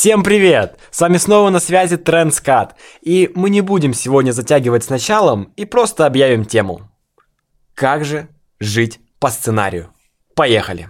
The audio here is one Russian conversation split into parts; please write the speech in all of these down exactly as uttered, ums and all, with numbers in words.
Всем привет! С вами снова на связи TrendScat, и мы не будем сегодня затягивать с началом и просто объявим тему. Как же жить по сценарию? Поехали!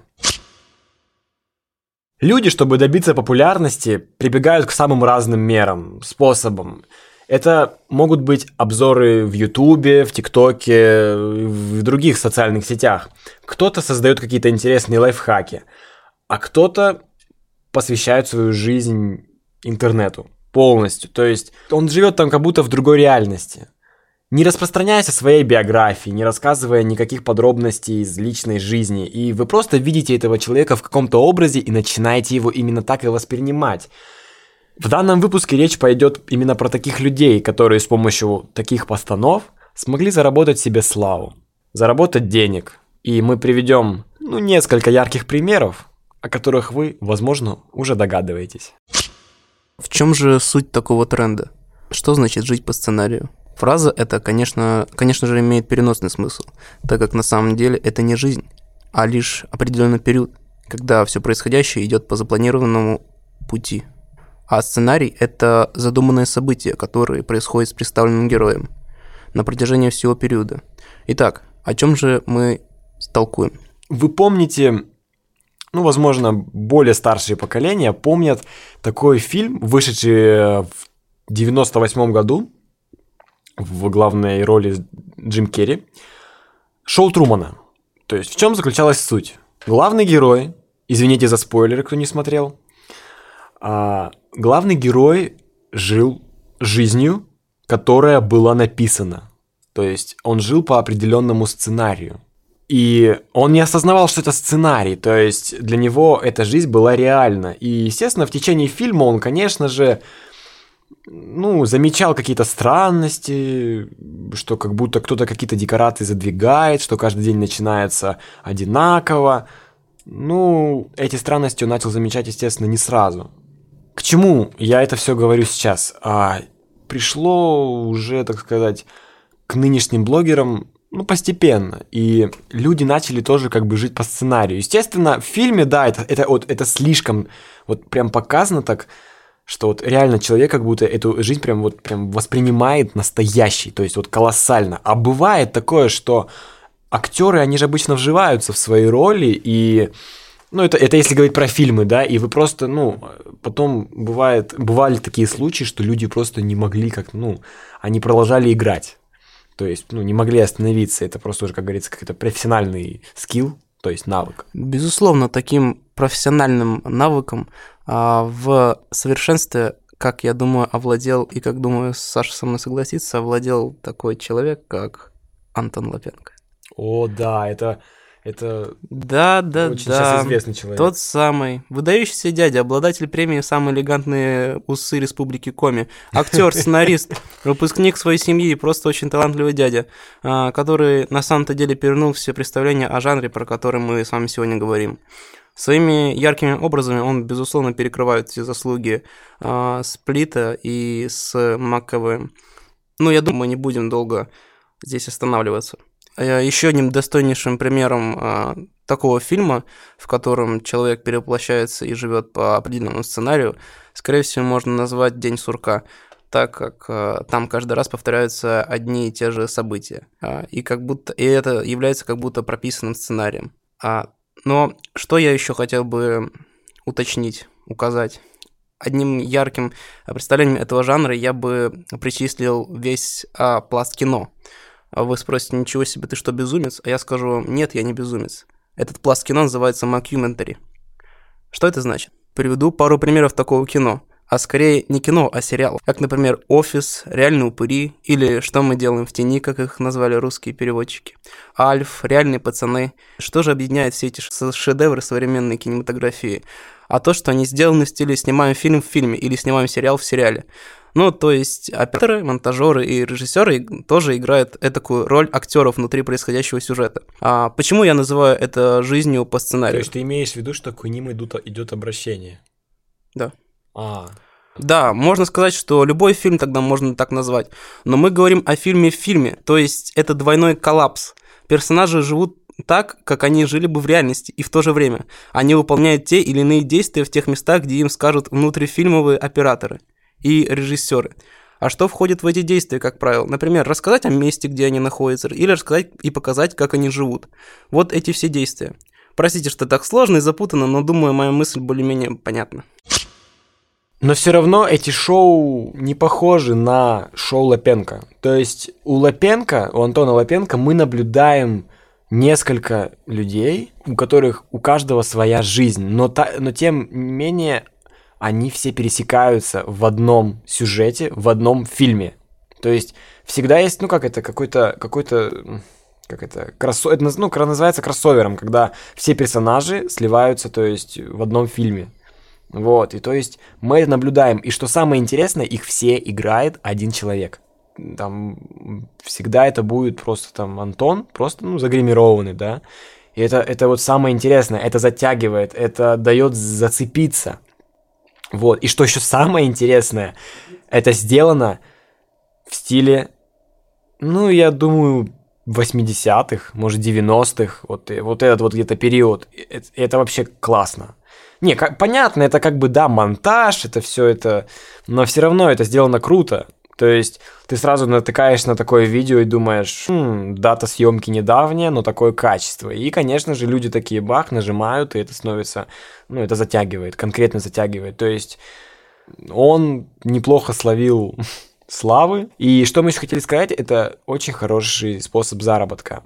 Люди, чтобы добиться популярности, прибегают к самым разным мерам, способам. Это могут быть обзоры в Ютубе, в ТикТоке, в других социальных сетях. Кто-то создает какие-то интересные лайфхаки, а кто-то посвящает свою жизнь интернету полностью. То есть он живет там как будто в другой реальности. Не распространяясь о своей биографии, не рассказывая никаких подробностей из личной жизни, и вы просто видите этого человека в каком-то образе и начинаете его именно так и воспринимать. В данном выпуске речь пойдет именно про таких людей, которые с помощью таких постанов смогли заработать себе славу, заработать денег. И мы приведем ну, несколько ярких примеров, о которых вы, возможно, уже догадываетесь. В чем же суть такого тренда? Что значит жить по сценарию? Фраза эта, конечно, конечно же, имеет переносный смысл, так как на самом деле это не жизнь, а лишь определенный период, когда все происходящее идет по запланированному пути. А сценарий – это задуманные события, которые происходят с представленным героем на протяжении всего периода. Итак, о чем же мы толкуем? Вы помните... Ну, возможно, более старшие поколения помнят такой фильм, вышедший в девяносто восьмом году, в главной роли Джим Керри, «Шоу Трумана». То есть в чем заключалась суть? Главный герой, извините за спойлеры, кто не смотрел, а, главный герой жил жизнью, которая была написана. То есть он жил по определенному сценарию. И он не осознавал, что это сценарий, то есть для него эта жизнь была реальна. И, естественно, в течение фильма он, конечно же, ну, замечал какие-то странности, что как будто кто-то какие-то декорации задвигает, что каждый день начинается одинаково. Ну, эти странности он начал замечать, естественно, не сразу. К чему я это все говорю сейчас? А, пришло уже, так сказать, к нынешним блогерам, ну, постепенно. И люди начали тоже как бы жить по сценарию. Естественно, в фильме, да, это, это, вот, это слишком вот прям показано так, что вот реально человек как будто эту жизнь прям вот прям воспринимает настоящей, то есть вот колоссально. А бывает такое, что актеры, они же обычно вживаются в свои роли, и, ну, это, это если говорить про фильмы, да, и вы просто, ну, потом бывает, бывали такие случаи, что люди просто не могли как, ну, они продолжали играть. То есть, ну, не могли остановиться. Это просто уже, как говорится, какой-то профессиональный скилл, то есть навык. Безусловно, таким профессиональным навыком а, в совершенстве, как я думаю, овладел, и как думаю, Саша со мной согласится, овладел такой человек, как Антон Лапенко. О, да, это... Это да, да, очень да, сейчас известный человек. Тот самый. Выдающийся дядя, обладатель премии «Самые элегантные усы Республики Коми». Актер, сценарист, выпускник своей семьи, просто очень талантливый дядя, который на самом-то деле перевернул все представления о жанре, про который мы с вами сегодня говорим. Своими яркими образами он, безусловно, перекрывает все заслуги а, Сплита и с МакЭвоем. Ну, я думаю, мы не будем долго здесь останавливаться. Еще одним достойнейшим примером а, такого фильма, в котором человек перевоплощается и живет по определенному сценарию, скорее всего, можно назвать «День сурка», так как а, там каждый раз повторяются одни и те же события, а, и, как будто, и это является как будто прописанным сценарием. А, но что я еще хотел бы уточнить, указать? Одним ярким представлением этого жанра я бы причислил весь а, пласт кино. Вы спросите, ничего себе, ты что, безумец? А я скажу, нет, я не безумец. Этот пласт кино называется мокюментари. Что это значит? Приведу пару примеров такого кино. А скорее не кино, а сериал. Как, например, «Офис», «Реальные упыри» или «Что мы делаем в тени», как их назвали русские переводчики. «Альф», «Реальные пацаны». Что же объединяет все эти шедевры современной кинематографии? А то, что они сделаны в стиле «снимаем фильм в фильме» или «снимаем сериал в сериале». Ну, то есть операторы, монтажеры и режиссеры тоже играют этакую роль актеров внутри происходящего сюжета. А почему я называю это жизнью по сценарию? То есть ты имеешь в виду, что к ним идут, идет обращение? Да. А. Да, можно сказать, что любой фильм тогда можно так назвать. Но мы говорим о фильме в фильме, то есть это двойной коллапс. Персонажи живут так, как они жили бы в реальности, и в то же время они выполняют те или иные действия в тех местах, где им скажут внутрифильмовые операторы и режиссеры. А что входит в эти действия, как правило? Например, рассказать о месте, где они находятся, или рассказать и показать, как они живут. Вот эти все действия. Простите, что так сложно и запутанно, но думаю, моя мысль более-менее понятна. Но все равно эти шоу не похожи на шоу Лапенко. То есть у Лапенко, у Антона Лапенко мы наблюдаем несколько людей, у которых у каждого своя жизнь, но, та, но тем не менее они все пересекаются в одном сюжете, в одном фильме. То есть всегда есть, ну как это, какой-то, какой-то, как это, кроссо... это ну, называется кроссовером, когда все персонажи сливаются, то есть в одном фильме. Вот, и то есть мы это наблюдаем, и что самое интересное, их все играет один человек. Там всегда это будет просто там Антон, просто, ну, загримированный, да. И это, это вот самое интересное, это затягивает, это дает зацепиться. Вот, и что еще самое интересное, это сделано в стиле, ну, я думаю, восьмидесятых, может, девяностых, вот, вот этот вот где-то период, это, это вообще классно. Не, как, понятно, это как бы, да, монтаж, это все это, но все равно это сделано круто. То есть ты сразу натыкаешься на такое видео и думаешь, хм, дата съемки недавняя, но такое качество. И, конечно же, люди такие бах, нажимают, и это становится, ну, это затягивает, конкретно затягивает. То есть он неплохо словил славы. И что мы еще хотели сказать, это очень хороший способ заработка.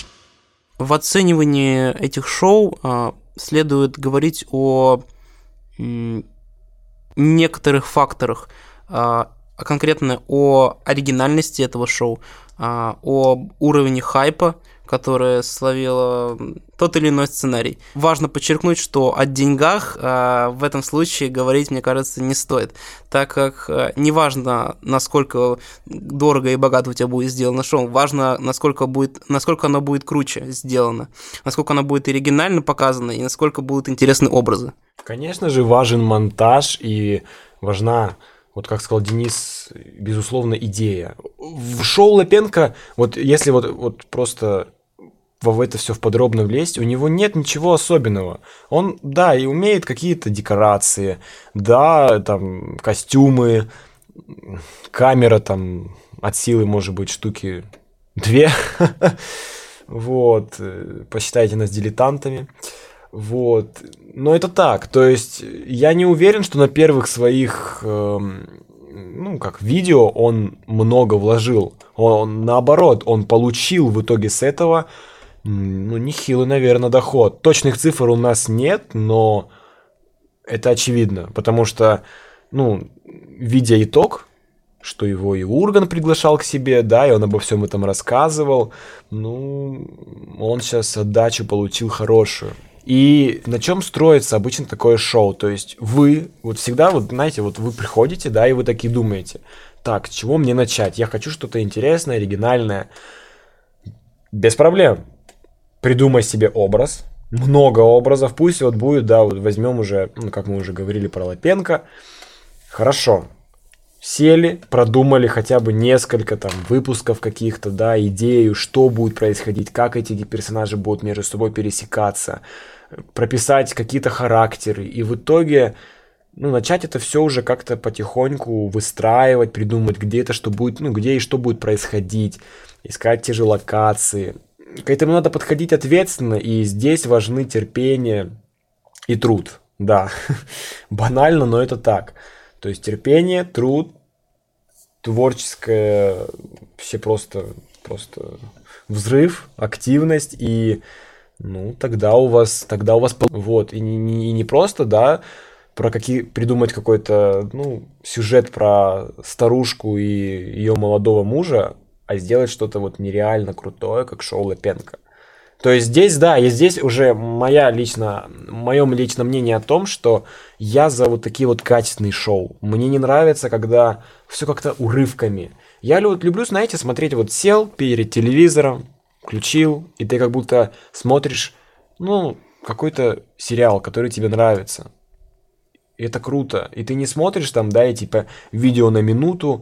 В оценивании этих шоу а, следует говорить о м, некоторых факторах, а, а конкретно о оригинальности этого шоу, а, о уровне хайпа, которое словило тот или иной сценарий. Важно подчеркнуть, что о деньгах а, в этом случае говорить, мне кажется, не стоит, так как а, неважно, насколько дорого и богато у тебя будет сделано шоу, важно, насколько, будет, насколько оно будет круче сделано, насколько оно будет оригинально показано и насколько будут интересны образы. Конечно же, важен монтаж и важна, вот как сказал Денис, безусловно, идея. В шоу Лапенко, вот если вот, вот просто в это все в подробно влезть, у него нет ничего особенного. Он, да, и умеет какие-то декорации, да, там, костюмы, камера там от силы, может быть, штуки две. Вот, посчитайте нас дилетантами. Вот, но это так, то есть я не уверен, что на первых своих, э, ну, как видео он много вложил. Он, наоборот, он получил в итоге с этого, ну, нехилый, наверное, доход. Точных цифр у нас нет, но это очевидно, потому что, ну, видя итог, что его и Урган приглашал к себе, да, и он обо всем этом рассказывал, ну, он сейчас отдачу получил хорошую. И на чем строится обычно такое шоу? То есть вы, вот всегда, вот знаете, вот вы приходите, да, и вы такие думаете, так, с чего мне начать? Я хочу что-то интересное, оригинальное. Без проблем. Придумай себе образ, много образов, пусть вот будет, да, вот возьмем уже, ну, как мы уже говорили про Лапенко. Хорошо. Сели, продумали хотя бы несколько там выпусков каких-то, да, идею, что будет происходить, как эти персонажи будут между собой пересекаться, прописать какие-то характеры, и в итоге, ну, начать это все уже как-то потихоньку выстраивать, придумать, где это что будет, ну, где и что будет происходить, искать те же локации. К этому надо подходить ответственно, и здесь важны терпение и труд, да, банально, но это так. То есть терпение, труд, творческое, вообще просто, просто взрыв, активность, и, ну, тогда у вас, тогда у вас, вот, и не, и не просто, да, про какие, придумать какой-то, ну, сюжет про старушку и ее молодого мужа, а сделать что-то вот нереально крутое, как шоу Лапенко. То есть здесь, да, и здесь уже моя лично, мое личное мнение о том, что я за вот такие вот качественные шоу. Мне не нравится, когда все как-то урывками. Я вот люблю, знаете, смотреть, вот сел перед телевизором, включил, и ты как будто смотришь, ну, какой-то сериал, который тебе нравится. И это круто. И ты не смотришь там, да, и типа видео на минуту,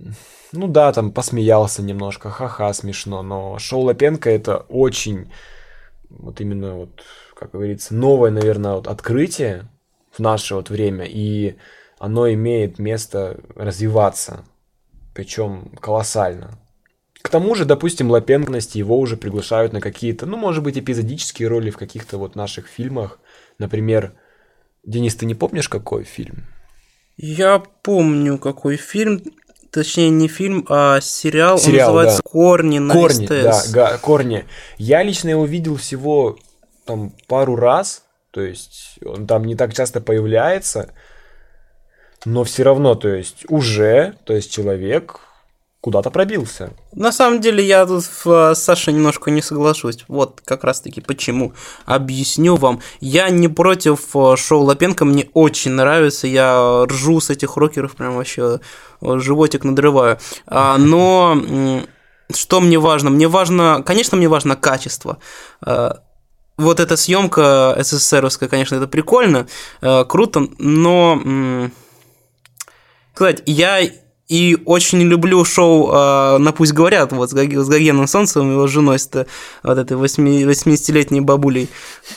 ну да, там посмеялся немножко, ха-ха, смешно, но шоу Лапенко это очень, вот именно, вот, как говорится, новое, наверное, вот открытие в наше вот время, и оно имеет место развиваться, причем колоссально. К тому же, допустим, Лапенко, его уже приглашают на какие-то, ну, может быть, эпизодические роли в каких-то вот наших фильмах. Например, Денис, ты не помнишь, какой фильм? Я помню, какой фильм, точнее, не фильм, а сериал, сериал он называется да. «Корни» на Корни, СТС. да, да, «Корни». Я лично его видел всего там пару раз, то есть он там не так часто появляется, но все равно, то есть уже, то есть человек куда-то пробился. На самом деле, я тут с Сашей немножко не соглашусь. Вот как раз-таки почему. Объясню вам. Я не против шоу Лапенко, мне очень нравится. Я ржу с этих рокеров, прям вообще животик надрываю. Но что мне важно? Мне важно, конечно, мне важно качество. Вот эта съемка СССРовская, конечно, это прикольно, круто, но, сказать, я и очень люблю шоу э, «На пусть говорят», вот с Гогеном Солнцевым, его женой, с вот этой восьмидесятилетней бабулей.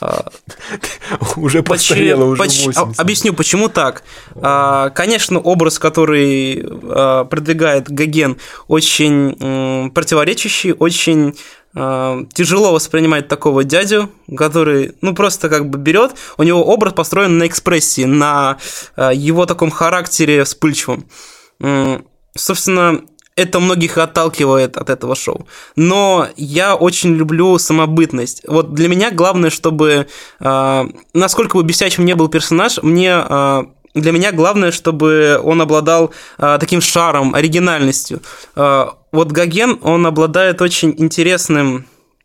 Уже постарела, уже восемьдесят. Объясню, почему так. Конечно, образ, который продвигает Гоген, очень противоречащий, очень тяжело воспринимать такого дядю, который, ну, просто как бы берет, у него образ построен на экспрессии, на его таком характере вспыльчивом. Собственно, это многих отталкивает от этого шоу. Но я очень люблю самобытность. Вот для меня главное, чтобы, э, насколько бы бесячим не был персонаж, мне, э, для меня главное, чтобы он обладал э, таким шаром, оригинальностью. Э, вот Гоген, он обладает очень интересным...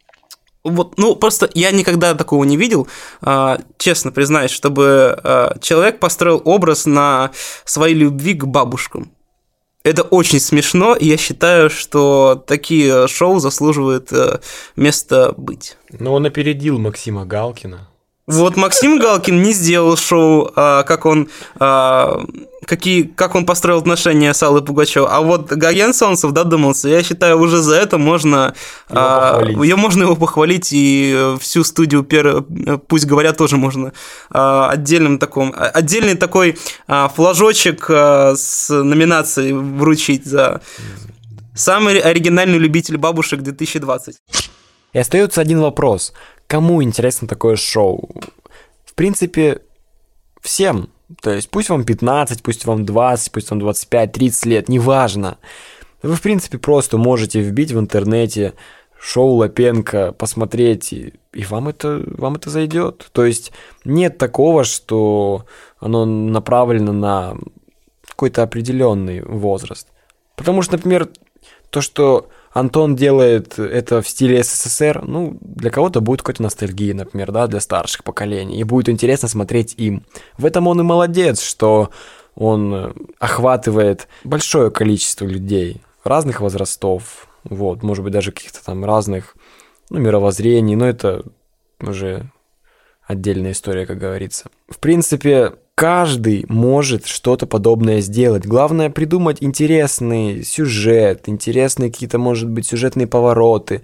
Вот, ну, просто я никогда такого не видел, э, честно признаюсь, чтобы э, человек построил образ на своей любви к бабушкам. Это очень смешно, и я считаю, что такие шоу заслуживают э, места быть. Но он опередил Максима Галкина. Вот Максим Галкин не сделал шоу, а, как он, а, какие, как он построил отношения с Аллой Пугачевой, а вот Гоген Солнцев додумался. Я считаю, уже за это можно его, а, ее можно его похвалить, и всю студию пер, «Пусть говорят» тоже можно а, отдельным таком, отдельный такой а, флажочек а, с номинацией вручить за самый оригинальный любитель бабушек две тысячи двадцать. И остается один вопрос. Кому интересно такое шоу? В принципе, всем. То есть пусть вам пятнадцать, пусть вам двадцать, пусть вам двадцать пять, тридцать лет, неважно. Вы, в принципе, просто можете вбить в интернете шоу Лапенко, посмотреть, и, и вам, это, вам это зайдет. То есть нет такого, что оно направлено на какой-то определенный возраст. Потому что, например, то, что Антон делает это в стиле СССР, ну, для кого-то будет какой-то ностальгия, например, да, для старших поколений, и будет интересно смотреть им. В этом он и молодец, что он охватывает большое количество людей разных возрастов, вот, может быть, даже каких-то там разных, ну, мировоззрений, но это уже отдельная история, как говорится. В принципе, каждый может что-то подобное сделать. Главное придумать интересный сюжет, интересные какие-то, может быть, сюжетные повороты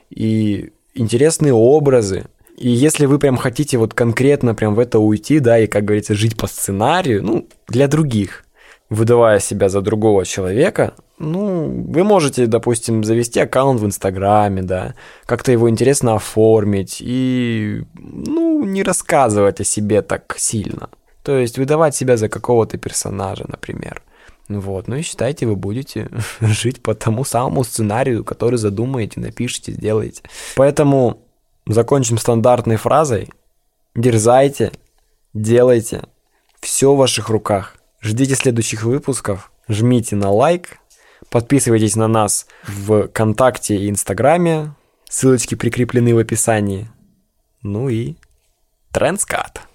и интересные образы. И если вы прям хотите вот конкретно прям в это уйти, да, и, как говорится, жить по сценарию, ну, для других, выдавая себя за другого человека, ну, вы можете, допустим, завести аккаунт в Инстаграме, да, как-то его интересно оформить и, ну, не рассказывать о себе так сильно. То есть выдавать себя за какого-то персонажа, например. Вот. Ну и считайте, вы будете жить по тому самому сценарию, который задумаете, напишите, сделаете. Поэтому закончим стандартной фразой. Дерзайте, делайте. Все в ваших руках. Ждите следующих выпусков. Жмите на лайк. Подписывайтесь на нас в ВКонтакте и Инстаграме. Ссылочки прикреплены в описании. Ну и трендскат.